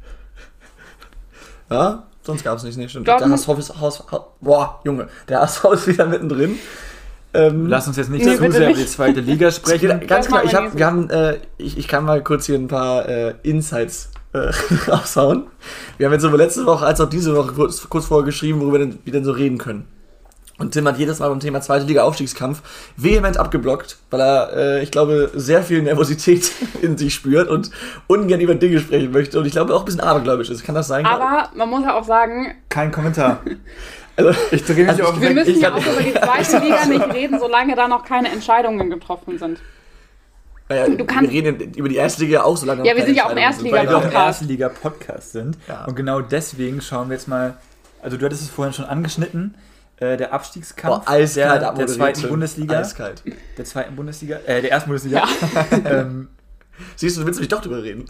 Ja, sonst gab es nichts. Nee, stimmt. Der HSV der HSV ist wieder mittendrin. Lass uns jetzt nicht zu sehr über die 2. Liga sprechen. Ganz klar, ich kann mal kurz hier ein paar Insights raushauen. Wir haben jetzt sowohl letzte Woche als auch diese Woche kurz vorher geschrieben, worüber wir denn so reden können. Und Tim hat jedes Mal beim Thema 2. Liga Aufstiegskampf vehement abgeblockt, weil er, ich glaube, sehr viel Nervosität in sich spürt und ungern über Dinge sprechen möchte. Und ich glaube auch ein bisschen abergläubisch ist. Kann das sein? Aber man muss ja auch sagen... Kein Kommentar. Also, ich drehe mich wir müssen ja auch über die 2. Liga nicht reden, solange da noch keine Entscheidungen getroffen sind. Ja, wir reden über die 1. Liga auch, solange wir sind ja auch ein Erstliga-Podcast. Weil wir auch ein Erstliga-Podcast sind. Ja. Und genau deswegen schauen wir jetzt mal, also du hattest es vorhin schon angeschnitten, der Abstiegskampf der 2. Bundesliga. Eiskalt. Der 2. Bundesliga, der 1. Bundesliga. Ja. Siehst du, du willst mich doch drüber reden.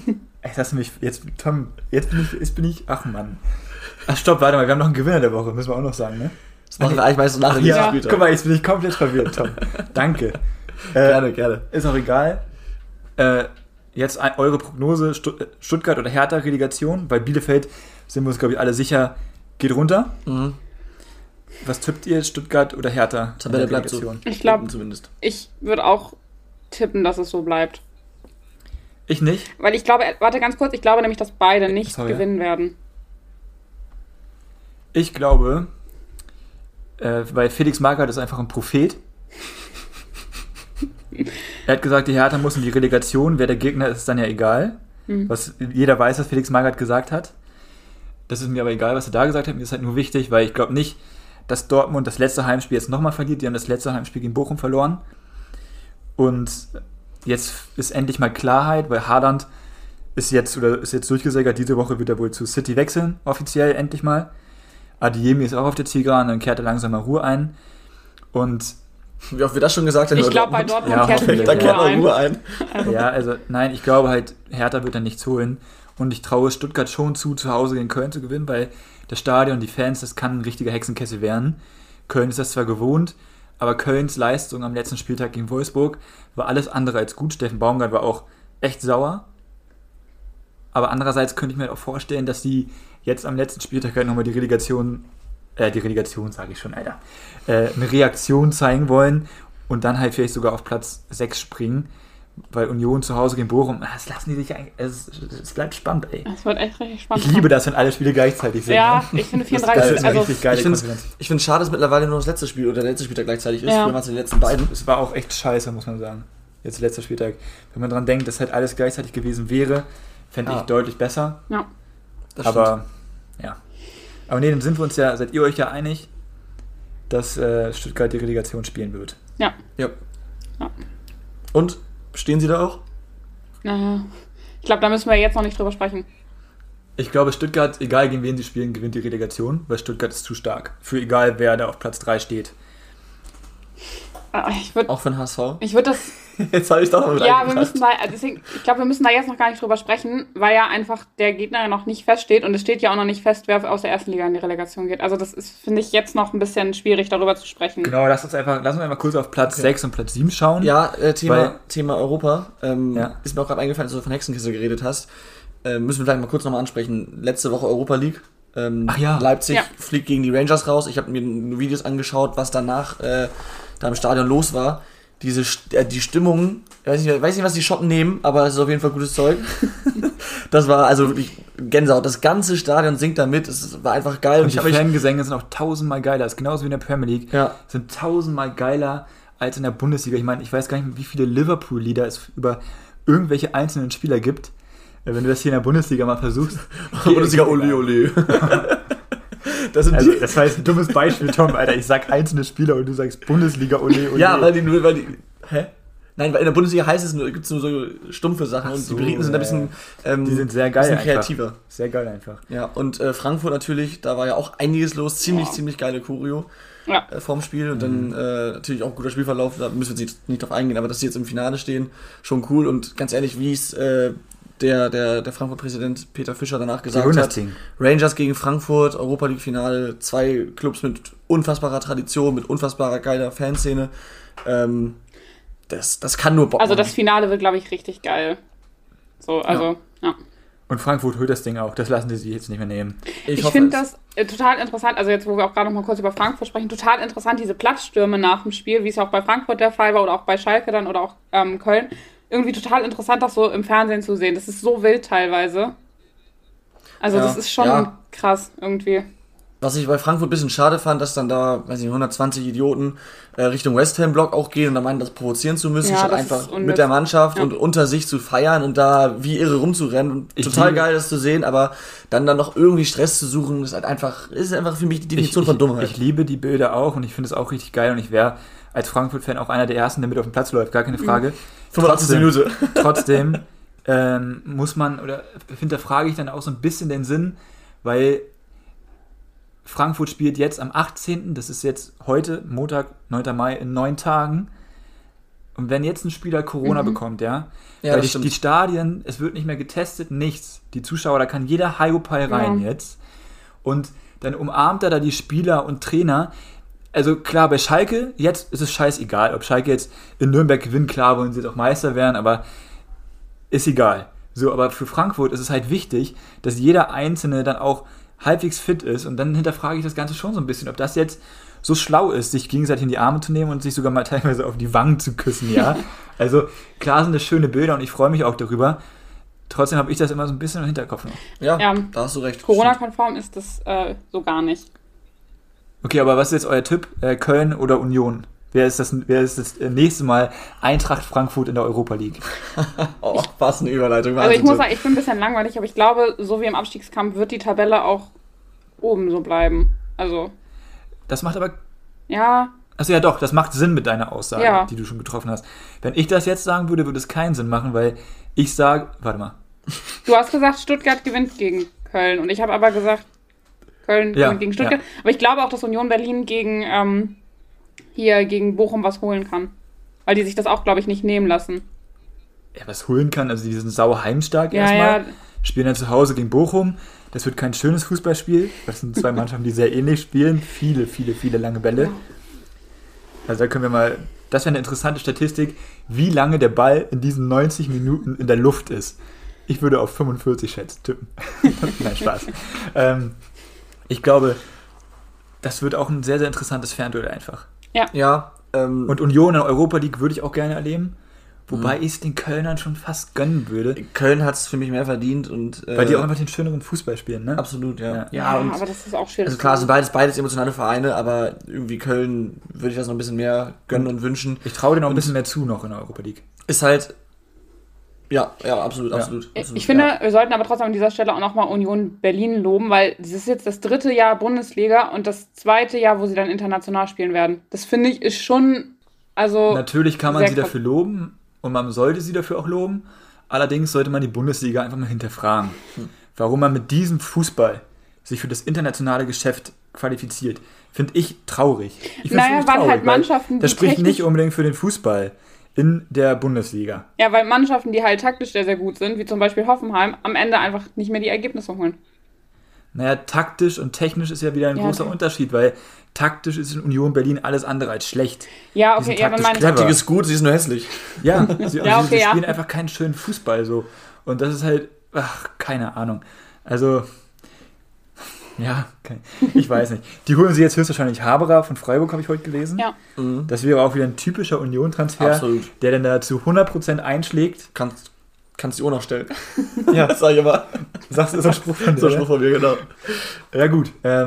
Jetzt bin ich, ach Mann. Ach stopp, warte mal, wir haben noch einen Gewinner der Woche, müssen wir auch noch sagen, ne? Das machen wir eigentlich meistens nach dem nächsten Spieltag. Guck mal, jetzt bin ich komplett verwirrt, Tom. Danke. Gerne. Ist auch egal. Jetzt eure Prognose, Stuttgart oder Hertha Relegation, weil Bielefeld, sind wir uns, glaube ich, alle sicher, geht runter. Mhm. Was tippt ihr, Stuttgart oder Hertha? Tabelle bleibt so. Ich glaube, ich würde auch tippen, dass es so bleibt. Ich nicht. Weil ich glaube, warte ganz kurz, ich glaube nämlich, dass beide nicht gewinnen werden. Ich glaube, weil Felix Magath ist einfach ein Prophet. Er hat gesagt, die Hertha muss in die Relegation, wer der Gegner ist, ist dann ja egal. Was jeder weiß, was Felix Magath gesagt hat. Das ist mir aber egal, was er da gesagt hat. Mir ist halt nur wichtig, weil ich glaube nicht, dass Dortmund das letzte Heimspiel jetzt nochmal verliert. Die haben das letzte Heimspiel gegen Bochum verloren. Und jetzt ist endlich mal Klarheit, weil Haaland ist jetzt durchgesickert. Diese Woche wird er wohl zu City wechseln, offiziell endlich mal. Adeyemi ist auch auf der Zielgeraden, dann kehrt er langsam mal Ruhe ein. Und wie oft wir das schon gesagt haben. Ich glaube, bei Dortmund kehrt er Ruhe ein. Ja, also nein, ich glaube halt, Hertha wird dann nichts holen. Und ich traue Stuttgart schon zu Hause gegen Köln zu gewinnen, weil das Stadion, die Fans, das kann ein richtiger Hexenkessel werden. Köln ist das zwar gewohnt, aber Kölns Leistung am letzten Spieltag gegen Wolfsburg war alles andere als gut. Steffen Baumgart war auch echt sauer. Aber andererseits könnte ich mir auch vorstellen, dass die jetzt am letzten Spieltag halt nochmal eine Reaktion zeigen wollen und dann halt vielleicht sogar auf Platz 6 springen, weil Union zu Hause gegen Bochum, das lassen die sich eigentlich, es bleibt spannend, ey. Es wird echt richtig spannend. Ich liebe das, wenn alle Spiele gleichzeitig sind. Ja, ich finde 34, das ist richtig geile Konferenz. Ich finde es schade, dass mittlerweile nur das letzte Spiel oder der letzte Spieltag gleichzeitig ist. Früher waren es die letzten beiden. Es war auch echt scheiße, muss man sagen. Jetzt letzter Spieltag. Wenn man dran denkt, dass halt alles gleichzeitig gewesen wäre, fände ich deutlich besser. Ja. Aber, ja. Aber nee, dann seid ihr euch ja einig, dass Stuttgart die Relegation spielen wird. Ja. Und? Stehen Sie da auch? Ich glaube, da müssen wir jetzt noch nicht drüber sprechen. Ich glaube, Stuttgart, egal gegen wen sie spielen, gewinnt die Relegation, weil Stuttgart ist zu stark. Für egal, wer da auf Platz 3 steht. Auch für den HSV? Ich würde das... Jetzt habe ich doch mal mit ich glaube, wir müssen da jetzt noch gar nicht drüber sprechen, weil ja einfach der Gegner ja noch nicht feststeht und es steht ja auch noch nicht fest, wer aus der ersten Liga in die Relegation geht. Also das ist, finde ich, jetzt noch ein bisschen schwierig, darüber zu sprechen. Genau, lass uns einfach kurz auf Platz 6 und Platz 7 schauen. Ja, Thema Europa. Ist mir auch gerade eingefallen, als du von Hexenkiste geredet hast. Müssen wir vielleicht mal kurz nochmal ansprechen. Letzte Woche Europa League. Leipzig fliegt gegen die Rangers raus. Ich habe mir Videos angeschaut, was danach da im Stadion los war. Die Stimmung, ich weiß nicht, was die Schotten nehmen, aber es ist auf jeden Fall gutes Zeug. Das war also wirklich Gänsehaut. Das ganze Stadion singt da mit, es war einfach geil. Und die Fangesänge sind auch 1000-mal geiler, das ist genauso wie in der Premier League. Ja. Sind 1000-mal geiler als in der Bundesliga. Ich meine, ich weiß gar nicht, wie viele Liverpool-Lieder es über irgendwelche einzelnen Spieler gibt. Wenn du das hier in der Bundesliga mal versuchst. Bundesliga, ole, ole. Das war jetzt ein dummes Beispiel, Tom, Alter. Ich sag einzelne Spieler und du sagst Bundesliga, ole, ole. Ja, weil die. Hä? Nein, weil in der Bundesliga gibt es nur so stumpfe Sachen und die Briten sind ein bisschen die sind sehr geil, bisschen kreativer. Einfach. Sehr geil einfach. Ja, und Frankfurt natürlich, da war ja auch einiges los, ziemlich geile Choreo vorm Spiel und dann natürlich auch guter Spielverlauf, da müssen wir jetzt nicht drauf eingehen, aber dass sie jetzt im Finale stehen, schon cool und ganz ehrlich, wie es der Frankfurt-Präsident Peter Fischer danach gesagt hat, Rangers gegen Frankfurt, Europa League-Finale, 2 Clubs mit unfassbarer Tradition, mit unfassbarer geiler Fanszene, das kann nur Bock machen. Also das Finale wird, glaube ich, richtig geil. Ja. Und Frankfurt holt das Ding auch, das lassen sie sich jetzt nicht mehr nehmen. Ich finde das total interessant, also jetzt, wo wir auch gerade noch mal kurz über Frankfurt sprechen, total interessant, diese Platzstürme nach dem Spiel, wie es auch bei Frankfurt der Fall war oder auch bei Schalke dann oder auch Köln. Irgendwie total interessant, das so im Fernsehen zu sehen. Das ist so wild teilweise. Also das ist schon krass irgendwie. Was ich bei Frankfurt ein bisschen schade fand, dass dann da, 120 Idioten Richtung West Ham Block auch gehen und dann meinen, das provozieren zu müssen, statt einfach mit der Mannschaft und unter sich zu feiern und da wie irre rumzurennen. Und total geil, das zu sehen, aber dann noch irgendwie Stress zu suchen, ist einfach für mich die Definition von Dummheit. Ich liebe die Bilder auch und ich finde es auch richtig geil und ich wäre als Frankfurt-Fan auch einer der Ersten, der mit auf den Platz läuft, gar keine Frage. 85 Minuten. Trotzdem muss man, oder hinterfrage ich dann auch so ein bisschen den Sinn, weil Frankfurt spielt jetzt am 18., das ist jetzt heute, Montag, 9. Mai, in 9 Tagen. Und wenn jetzt ein Spieler Corona bekommt, weil die Stadien, es wird nicht mehr getestet, nichts. Die Zuschauer, da kann jeder Hiopai rein jetzt. Und dann umarmt er da die Spieler und Trainer. Also klar, bei Schalke, jetzt ist es scheißegal, ob Schalke jetzt in Nürnberg gewinnt, klar wollen sie jetzt auch Meister werden, aber ist egal. So, aber für Frankfurt ist es halt wichtig, dass jeder Einzelne dann auch halbwegs fit ist. Und dann hinterfrage ich das Ganze schon so ein bisschen, ob das jetzt so schlau ist, sich gegenseitig in die Arme zu nehmen und sich sogar mal teilweise auf die Wangen zu küssen, ja. Also klar sind das schöne Bilder und ich freue mich auch darüber. Trotzdem habe ich das immer so ein bisschen im Hinterkopf noch. Ja, da hast du recht. Corona-konform ist das so gar nicht. Okay, aber was ist jetzt euer Tipp? Köln oder Union? Wer ist das nächste Mal Eintracht Frankfurt in der Europa League? Oh, was eine Überleitung. Also ich muss sagen, ich bin ein bisschen langweilig, aber ich glaube, so wie im Abstiegskampf wird die Tabelle auch oben so bleiben. Also. Das macht aber... Ja. Achso, ja doch, das macht Sinn mit deiner Aussage, die du schon getroffen hast. Wenn ich das jetzt sagen würde, würde es keinen Sinn machen, weil ich sage... Warte mal. Du hast gesagt, Stuttgart gewinnt gegen Köln und ich habe aber gesagt, Köln gewinnt gegen Stuttgart. Ja. Aber ich glaube auch, dass Union Berlin gegen Bochum was holen kann. Weil die sich das auch, glaube ich, nicht nehmen lassen. Ja, was holen kann, also die sind sau heimstark erstmal. Ja. Spielen dann zu Hause gegen Bochum. Das wird kein schönes Fußballspiel. Das sind zwei Mannschaften, die sehr ähnlich spielen. Viele, viele, viele lange Bälle. Ja. Also da können wir mal, das wäre eine interessante Statistik, wie lange der Ball in diesen 90 Minuten in der Luft ist. Ich würde auf 45 tippen. Nein, Spaß. Ich glaube, das wird auch ein sehr, sehr interessantes Fernduell einfach. Ja. Und Union in der Europa League würde ich auch gerne erleben. Wobei ich es den Kölnern schon fast gönnen würde. Köln hat es für mich mehr verdient. Weil die auch einfach den schöneren Fußball spielen, ne? Absolut, ja. Ja, und aber das ist auch schwierig. Also klar, sind beides emotionale Vereine, aber irgendwie Köln würde ich das noch ein bisschen mehr gönnen und wünschen. Ich traue denen auch ein bisschen mehr zu noch in der Europa League. Ist halt... Ja, absolut. Ich finde, wir sollten aber trotzdem an dieser Stelle auch nochmal Union Berlin loben, weil das ist jetzt das 3. Jahr Bundesliga und das 2. Jahr, wo sie dann international spielen werden. Das finde ich ist schon, also... Natürlich kann man sie dafür loben und man sollte sie dafür auch loben. Allerdings sollte man die Bundesliga einfach mal hinterfragen. Warum man mit diesem Fußball sich für das internationale Geschäft qualifiziert, finde ich traurig. Ich finde es traurig, halt Mannschaften, das spricht nicht unbedingt für den Fußball in der Bundesliga. Ja, weil Mannschaften, die halt taktisch sehr, sehr gut sind, wie zum Beispiel Hoffenheim, am Ende einfach nicht mehr die Ergebnisse holen. Naja, taktisch und technisch ist ja wieder ein großer Unterschied, weil taktisch ist in Union Berlin alles andere als schlecht. Ja, okay, ja, dann meine ich... Taktik ist gut, sie ist nur hässlich. Ja, sie spielen einfach keinen schönen Fußball so. Und das ist halt, keine Ahnung. Also... Ja, ich weiß nicht. Die holen sie jetzt höchstwahrscheinlich Haberer von Freiburg, habe ich heute gelesen. Ja. Das wäre auch wieder ein typischer Union-Transfer, der dann da zu 100% einschlägt. Kannst die Uhr noch stellen. Ja, sag ich immer. Sagst du, ist ein Spruch von dir? So ein Spruch von mir, genau. Ja, gut.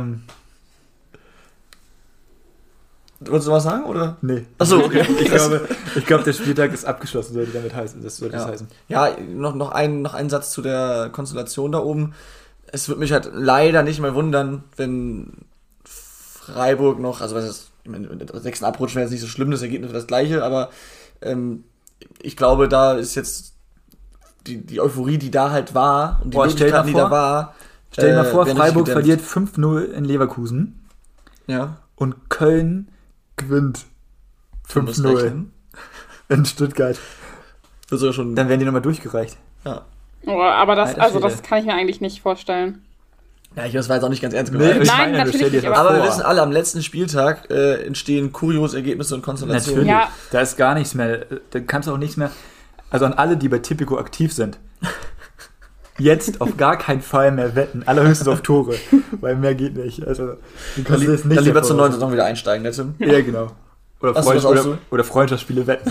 Wolltest du was sagen, oder? Nee. Achso, okay. Ich glaube, der Spieltag ist abgeschlossen, sollte damit heißen. Das sollte das heißen. Ja, noch ein Satz zu der Konstellation da oben. Es würde mich halt leider nicht mehr wundern, wenn Freiburg noch, also was ist, der 6. Abrutsch wäre jetzt nicht so schlimm, das Ergebnis wäre das gleiche, aber ich glaube, da ist jetzt die Euphorie, die da halt war und die Möglichkeiten, die da war. Stell dir mal vor, Freiburg verliert 5-0 in Leverkusen. Ja. Und Köln gewinnt 5-0 in Stuttgart. Also schon. Dann werden die nochmal durchgereicht. Ja. Oh, aber das kann ich mir eigentlich nicht vorstellen. Ja, das war jetzt auch nicht ganz ernst gemeint. Nein, natürlich nicht. Aber wir wissen alle, am letzten Spieltag entstehen kuriose Ergebnisse und Konstellationen. Natürlich, da ist gar nichts mehr. Da kannst du auch nichts mehr. Also an alle, die bei Tipico aktiv sind. Jetzt auf gar keinen Fall mehr wetten. Allerhöchstens auf Tore. Weil mehr geht nicht. Also, dann lieber zur neuen Saison wieder einsteigen, ne, Tim? Ja, genau. Oder Freundschaftsspiele wetten.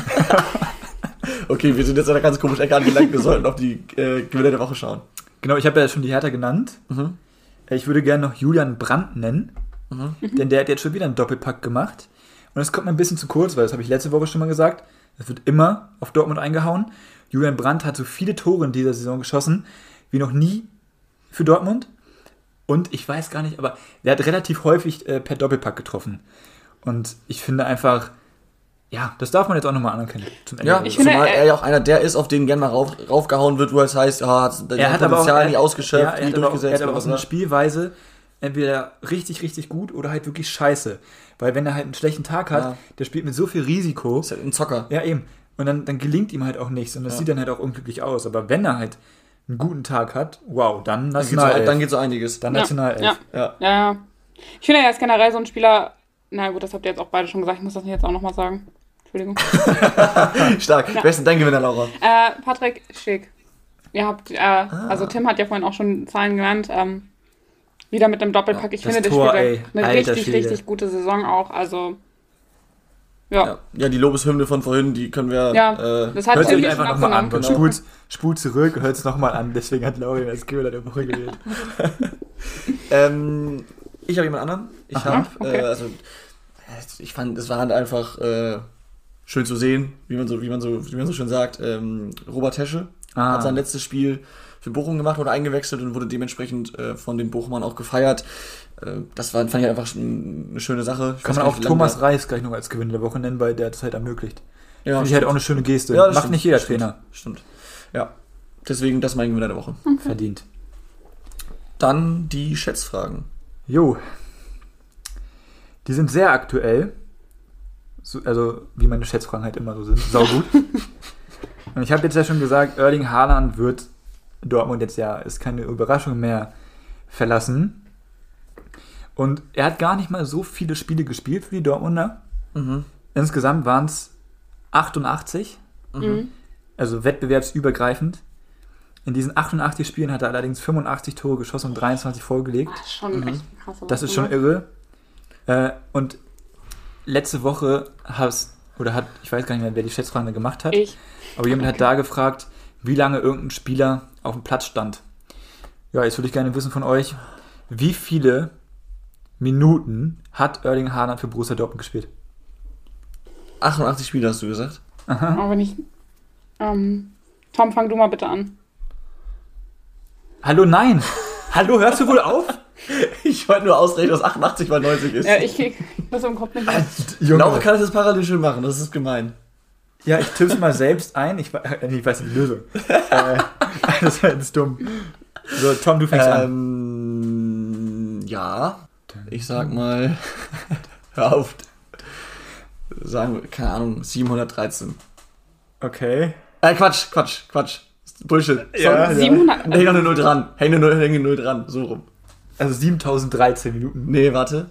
Okay, wir sind jetzt in einer ganz komischen Ecke angelangt. Wir sollten auf die Gewinner der Woche schauen. Genau, ich habe ja schon die Hertha genannt. Mhm. Ich würde gerne noch Julian Brandt nennen. Mhm. Denn der hat jetzt schon wieder einen Doppelpack gemacht. Und das kommt mir ein bisschen zu kurz, weil das habe ich letzte Woche schon mal gesagt. Das wird immer auf Dortmund eingehauen. Julian Brandt hat so viele Tore in dieser Saison geschossen wie noch nie für Dortmund. Und ich weiß gar nicht, aber er hat relativ häufig per Doppelpack getroffen. Und ich finde einfach, ja, das darf man jetzt auch nochmal anerkennen. Zum Ende. Ja, ich finde, zumal er ja auch einer der ist, auf den gerne mal raufgehauen wird, wo es heißt, er hat Potenzial nie ausgeschöpft, nie durchgesetzt. Er hat aber auch so eine Spielweise, entweder richtig, richtig gut oder halt wirklich scheiße. Weil wenn er halt einen schlechten Tag hat, der spielt mit so viel Risiko. Ist halt ein Zocker. Ja, eben. Und dann gelingt ihm halt auch nichts. Und das sieht dann halt auch unglücklich aus. Aber wenn er halt einen guten Tag hat, wow, dann Nationalelf. Dann geht so einiges. Dann Nationalelf. Ja. Ich finde, er ist generell so ein Spieler, na gut, das habt ihr jetzt auch beide schon gesagt, ich muss das jetzt auch nochmal sagen. Entschuldigung. Stark. Wer ist denn dein Gewinner, Laura? Patrick Schick. Ihr habt, also Tim hat ja vorhin auch schon Zahlen genannt. Wieder mit einem Doppelpack. Ich finde, der spielt eine richtig gute Saison auch. Also, ja, die Lobeshymne von vorhin, die können wir... das hat hört sich einfach nochmal an. Genau. Spult zurück, hört es nochmal an. Deswegen hat Lauri als Köhler der Woche gewählt. Ich habe jemand anderen. Ich fand, es war halt einfach schön zu sehen, wie man so schön sagt. Robert Tesche hat sein letztes Spiel für Bochum gemacht, wurde eingewechselt und wurde dementsprechend von den Bochumern auch gefeiert. Fand ich einfach eine schöne Sache. Kann man auch Thomas Reis gleich noch als Gewinner der Woche nennen, weil der das halt ermöglicht. Ja, finde ich halt auch eine schöne Geste. Ja, macht nicht jeder Trainer. Stimmt. Ja, deswegen das ist mein Gewinner der Woche. Okay. Verdient. Dann die Schätzfragen. Jo. Die sind sehr aktuell. Also, wie meine Schätzfragen halt immer so sind. Saugut. Und ich habe jetzt ja schon gesagt, Erling Haaland wird Dortmund jetzt ist keine Überraschung mehr, verlassen. Und er hat gar nicht mal so viele Spiele gespielt für die Dortmunder. Mhm. Insgesamt waren es 88. Mhm. Also wettbewerbsübergreifend. In diesen 88 Spielen hat er allerdings 85 Tore geschossen und 23 vorgelegt. Das ist schon echt krass. Das ist schon irre. Und letzte Woche ich weiß gar nicht mehr, wer die Schätzfrage gemacht hat. Aber jemand hat da gefragt, wie lange irgendein Spieler auf dem Platz stand. Ja, jetzt würde ich gerne wissen von euch, wie viele Minuten hat Erling Haaland für Borussia Dortmund gespielt? 88 Spiele hast du gesagt? Aha. Aber nicht. Tom, fang du mal bitte an. Hallo, nein! Hallo, hörst du wohl auf? Ich wollte nur ausrechnen, dass 88 mal 90 ist. Ja, ich krieg das im Kopf nicht mehr. Laura kann das parallel schön machen, das ist gemein. Ja, ich tippe es mal selbst ein. Ich weiß die Lösung. Das war jetzt dumm. So, Tom, du fängst an. Ja, ich sag mal, hör auf. Sagen wir, keine Ahnung, 713. Okay. Quatsch. Bullshit. Ja, 700. Häng noch eine 0 dran. Häng eine 0 dran, so rum. Also 7013 Minuten. Nee, warte.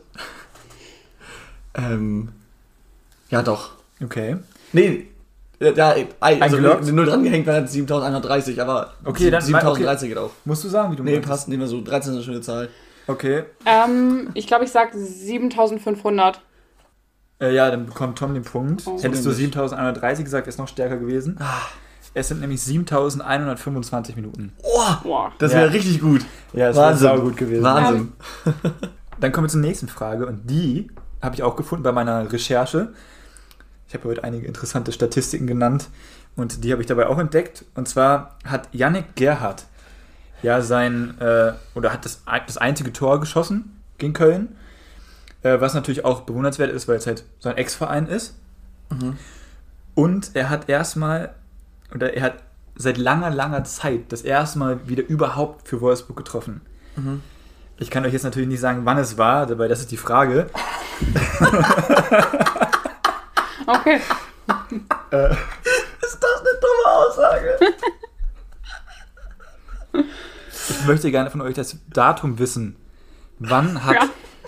Ja, doch. Okay. Nee, also eine 0 dran gehängt, wäre 7130, aber okay, dann 7013 geht auch. Musst du sagen, wie du meinst? Nee, passt, nehmen wir so. 13 ist eine schöne Zahl. Okay. Ich glaube, ich sag 7500. Ja, dann bekommt Tom den Punkt. Hättest du 7130 gesagt, wäre es noch stärker gewesen. Es sind nämlich 7125 Minuten. Oh, das wäre richtig gut. Ja, das wäre saugut gewesen. Wahnsinn. Dann kommen wir zur nächsten Frage und die habe ich auch gefunden bei meiner Recherche. Ich habe heute einige interessante Statistiken genannt und die habe ich dabei auch entdeckt. Und zwar hat Yannick Gerhardt hat das einzige Tor geschossen gegen Köln, was natürlich auch bewundernswert ist, weil es halt sein Ex-Verein ist. Mhm. Und er hat seit langer Zeit das erste Mal wieder überhaupt für Wolfsburg getroffen. Mhm. Ich kann euch jetzt natürlich nicht sagen, wann es war, dabei das ist die Frage. Okay. Ist das eine dumme Aussage? Ich möchte gerne von euch das Datum wissen. Wann hat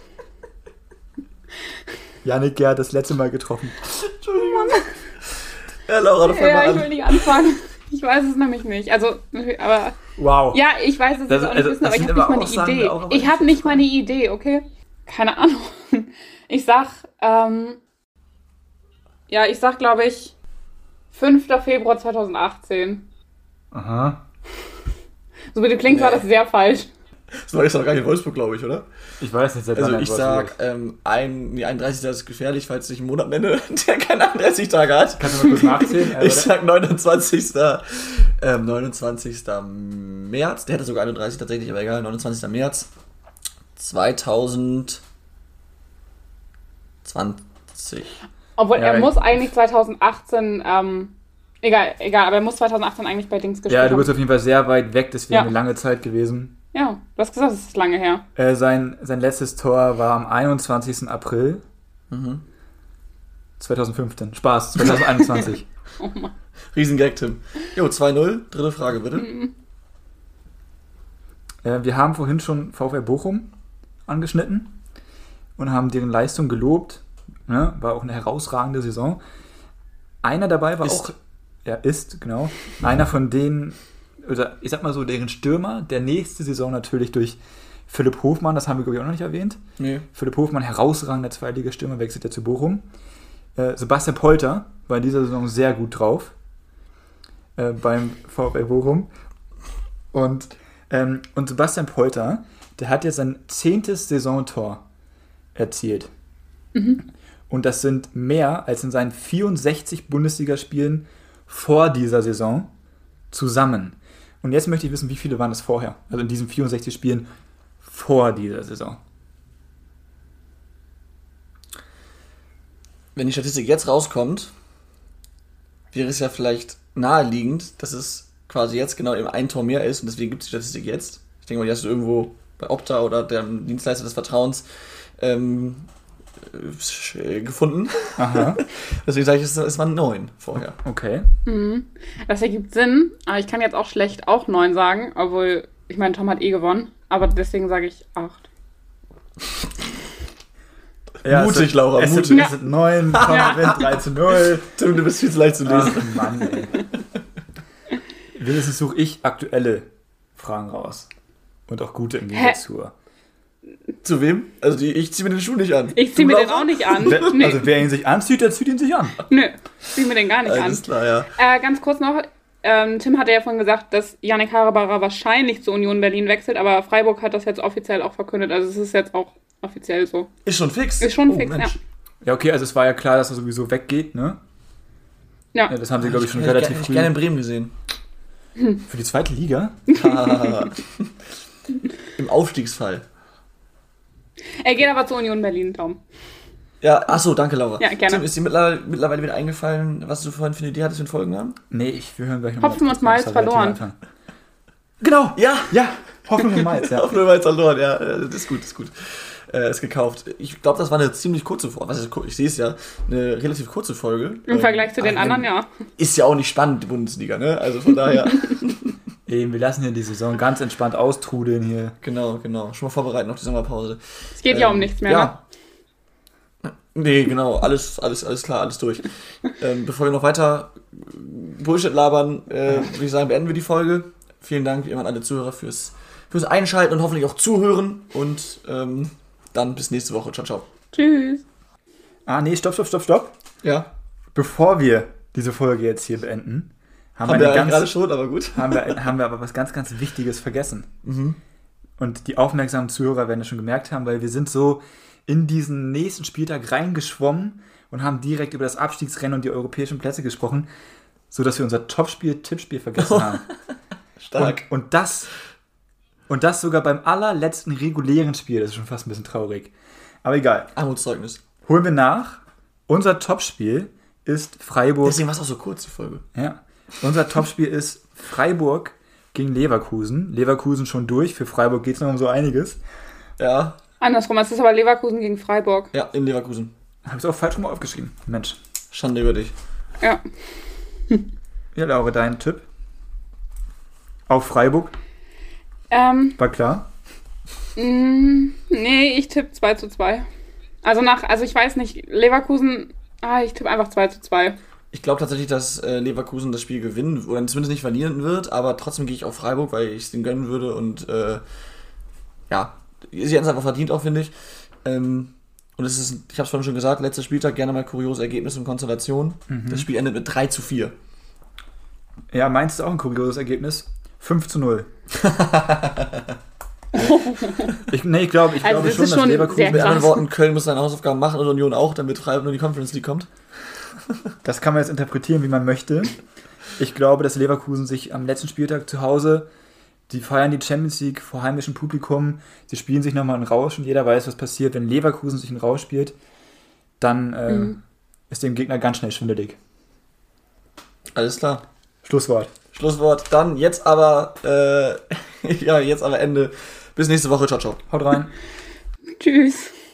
Yannick Gerhardt das letzte Mal getroffen? Entschuldigung. Ja, Laura, fang mal an. Ich will nicht anfangen. Ich weiß es nämlich nicht. Also, aber... Wow. Ja, ich weiß es jetzt auch nicht wissen, aber ich habe nicht mal eine Idee. Ich habe nicht mal eine Idee, okay? Keine Ahnung. Ich sag, glaube ich, 5. Februar 2018. Aha. So wie du klingst, war das sehr falsch. Das war jetzt noch gar nicht in Wolfsburg, glaube ich, oder? Ich weiß nicht, also ich sag, 31. Tag ist gefährlich, falls ich einen Monat nenne, der keine 31 Tage hat. Kannst du mal kurz nachzählen? Ich sag 29. März, der hatte sogar 31 tatsächlich, aber egal, 29. März 2020. Obwohl, er muss eigentlich 2018, egal, aber er muss 2018 eigentlich bei Dings gespielt haben. Ja, du bist auf jeden Fall sehr weit weg, deswegen eine lange Zeit gewesen. Ja, du hast gesagt, es ist lange her. Sein letztes Tor war am 21. April 2015. Spaß, 2021. Oh Mann. Riesengag, Tim. Jo, 2-0. Dritte Frage, bitte. Wir haben vorhin schon VfL Bochum angeschnitten und haben deren Leistung gelobt. Ne? War auch eine herausragende Saison. Einer dabei war genau. Einer von denen, oder ich sag mal so, deren Stürmer, der nächste Saison natürlich durch Philipp Hofmann, das haben wir, glaube ich, auch noch nicht erwähnt. Nee. Philipp Hofmann, herausragender Zweitligastürmer, wechselt ja zu Bochum. Sebastian Polter war in dieser Saison sehr gut drauf beim VfL Bochum. Und Sebastian Polter, der hat jetzt sein 10. Saisontor erzielt. Mhm. Und das sind mehr als in seinen 64 Bundesligaspielen vor dieser Saison zusammen. Und jetzt möchte ich wissen, wie viele waren es vorher? Also in diesen 64 Spielen vor dieser Saison. Wenn die Statistik jetzt rauskommt, wäre es ja vielleicht naheliegend, dass es quasi jetzt genau eben ein Tor mehr ist und deswegen gibt es die Statistik jetzt. Ich denke mal, die hast du irgendwo bei Opta oder der Dienstleister des Vertrauens gefunden. Aha. Deswegen sage ich, es waren 9 vorher. Okay. Mhm. Das ergibt Sinn, aber ich kann jetzt auch schlecht auch 9 sagen, obwohl, ich meine, Tom hat gewonnen, aber deswegen sage ich 8. Ja, mutig, Laura, mutig. Es sind 9, Tom gewinnt 3-0. Tim, du bist viel zu leicht zu lesen. Ach, Mann, ey. Wenigstens suche ich aktuelle Fragen raus. Und auch gute im Gegensatz zu wem? Also ich ziehe mir den Schuh nicht an. Ich ziehe mir den auch nicht an. Nee. Also wer ihn sich anzieht, der zieht ihn sich an. Nö, ziehe mir den gar nicht an. Alles klar, ja. Ganz kurz noch, Tim hatte ja vorhin gesagt, dass Yannick Haberer wahrscheinlich zu Union Berlin wechselt, aber Freiburg hat das jetzt offiziell auch verkündet. Also es ist jetzt auch offiziell so. Ist schon fix? Ist schon fix, Mensch. ja. Ja, okay, also es war ja klar, dass er sowieso weggeht, ne? Ja. Das haben sie, glaube ich, schon relativ früh. Ich gerne in Bremen gesehen. Für die zweite Liga? Im Aufstiegsfall. Er geht aber zu Union Berlin, Tom. Ja, achso, danke, Laura. Ja, gerne. Tim, ist dir mittlerweile wieder eingefallen, was du vorhin für eine Idee hattest für den Folgennamen? Nee, wir hören gleich nochmal. Hopfen und Malz verloren. Genau, ja. Hopfen und Malz, ja. Hopfen und Malz verloren, ja. Das ist gut. Ist gekauft. Ich glaube, das war eine ziemlich kurze Folge. Ich sehe es ja, eine relativ kurze Folge. Im Vergleich zu den anderen, ja. Ist ja auch nicht spannend, die Bundesliga, ne? Also von daher. Eben, wir lassen hier die Saison ganz entspannt austrudeln hier. Genau. Schon mal vorbereiten auf die Sommerpause. Es geht ja um nichts mehr, ne? Nee, genau. Alles klar, alles durch. Bevor wir noch weiter Bullshit labern, würde ich sagen, beenden wir die Folge. Vielen Dank wie immer an alle Zuhörer fürs Einschalten und hoffentlich auch Zuhören. Und dann bis nächste Woche. Ciao, ciao. Tschüss. Nee, stopp. Ja. Bevor wir diese Folge jetzt hier beenden, haben wir gerade schon, aber gut. Haben wir aber was ganz, ganz Wichtiges vergessen. Mhm. Und die aufmerksamen Zuhörer werden das schon gemerkt haben, weil wir sind so in diesen nächsten Spieltag reingeschwommen und haben direkt über das Abstiegsrennen und die europäischen Plätze gesprochen, sodass wir unser Tippspiel vergessen haben. Stark. Und das sogar beim allerletzten regulären Spiel. Das ist schon fast ein bisschen traurig. Aber egal. Armutszeugnis. Holen wir nach. Unser Topspiel ist Freiburg. Deswegen war es auch so kurz, die Folge. Ja. Unser Topspiel ist Freiburg gegen Leverkusen. Leverkusen schon durch. Für Freiburg geht es noch um so einiges. Ja. Andersrum, es ist aber Leverkusen gegen Freiburg. Ja, in Leverkusen. Habe ich es auch falsch rum aufgeschrieben. Mensch. Schande über dich. Ja. Ja, Laura, dein Tipp? Auf Freiburg? War klar? Nee, ich tippe 2:2. Also ich weiß nicht, Leverkusen, ich tippe einfach 2:2. Ich glaube tatsächlich, dass Leverkusen das Spiel gewinnen oder zumindest nicht verlieren wird, aber trotzdem gehe ich auf Freiburg, weil ich es denen gönnen würde und sie haben es einfach verdient auch, finde ich. Und es ist, ich habe es vorhin schon gesagt, letzter Spieltag, gerne mal kuriose Ergebnisse und Konstellationen. Mhm. Das Spiel endet mit 3:4. Ja, meinst du auch ein kurioses Ergebnis? 5:0. Ich glaube schon, dass Leverkusen... Mit anderen Worten, Köln muss seine Hausaufgaben machen und Union auch, damit Freiburg nur in die Conference League kommt. Das kann man jetzt interpretieren, wie man möchte. Ich glaube, dass Leverkusen sich am letzten Spieltag zu Hause, die feiern die Champions League vor heimischem Publikum, sie spielen sich nochmal einen Rausch und jeder weiß, was passiert. Wenn Leverkusen sich einen Rausch spielt, dann ist dem Gegner ganz schnell schwindelig. Alles klar. Schlusswort. Dann jetzt aber Ende. Bis nächste Woche. Ciao, ciao. Haut rein. Tschüss.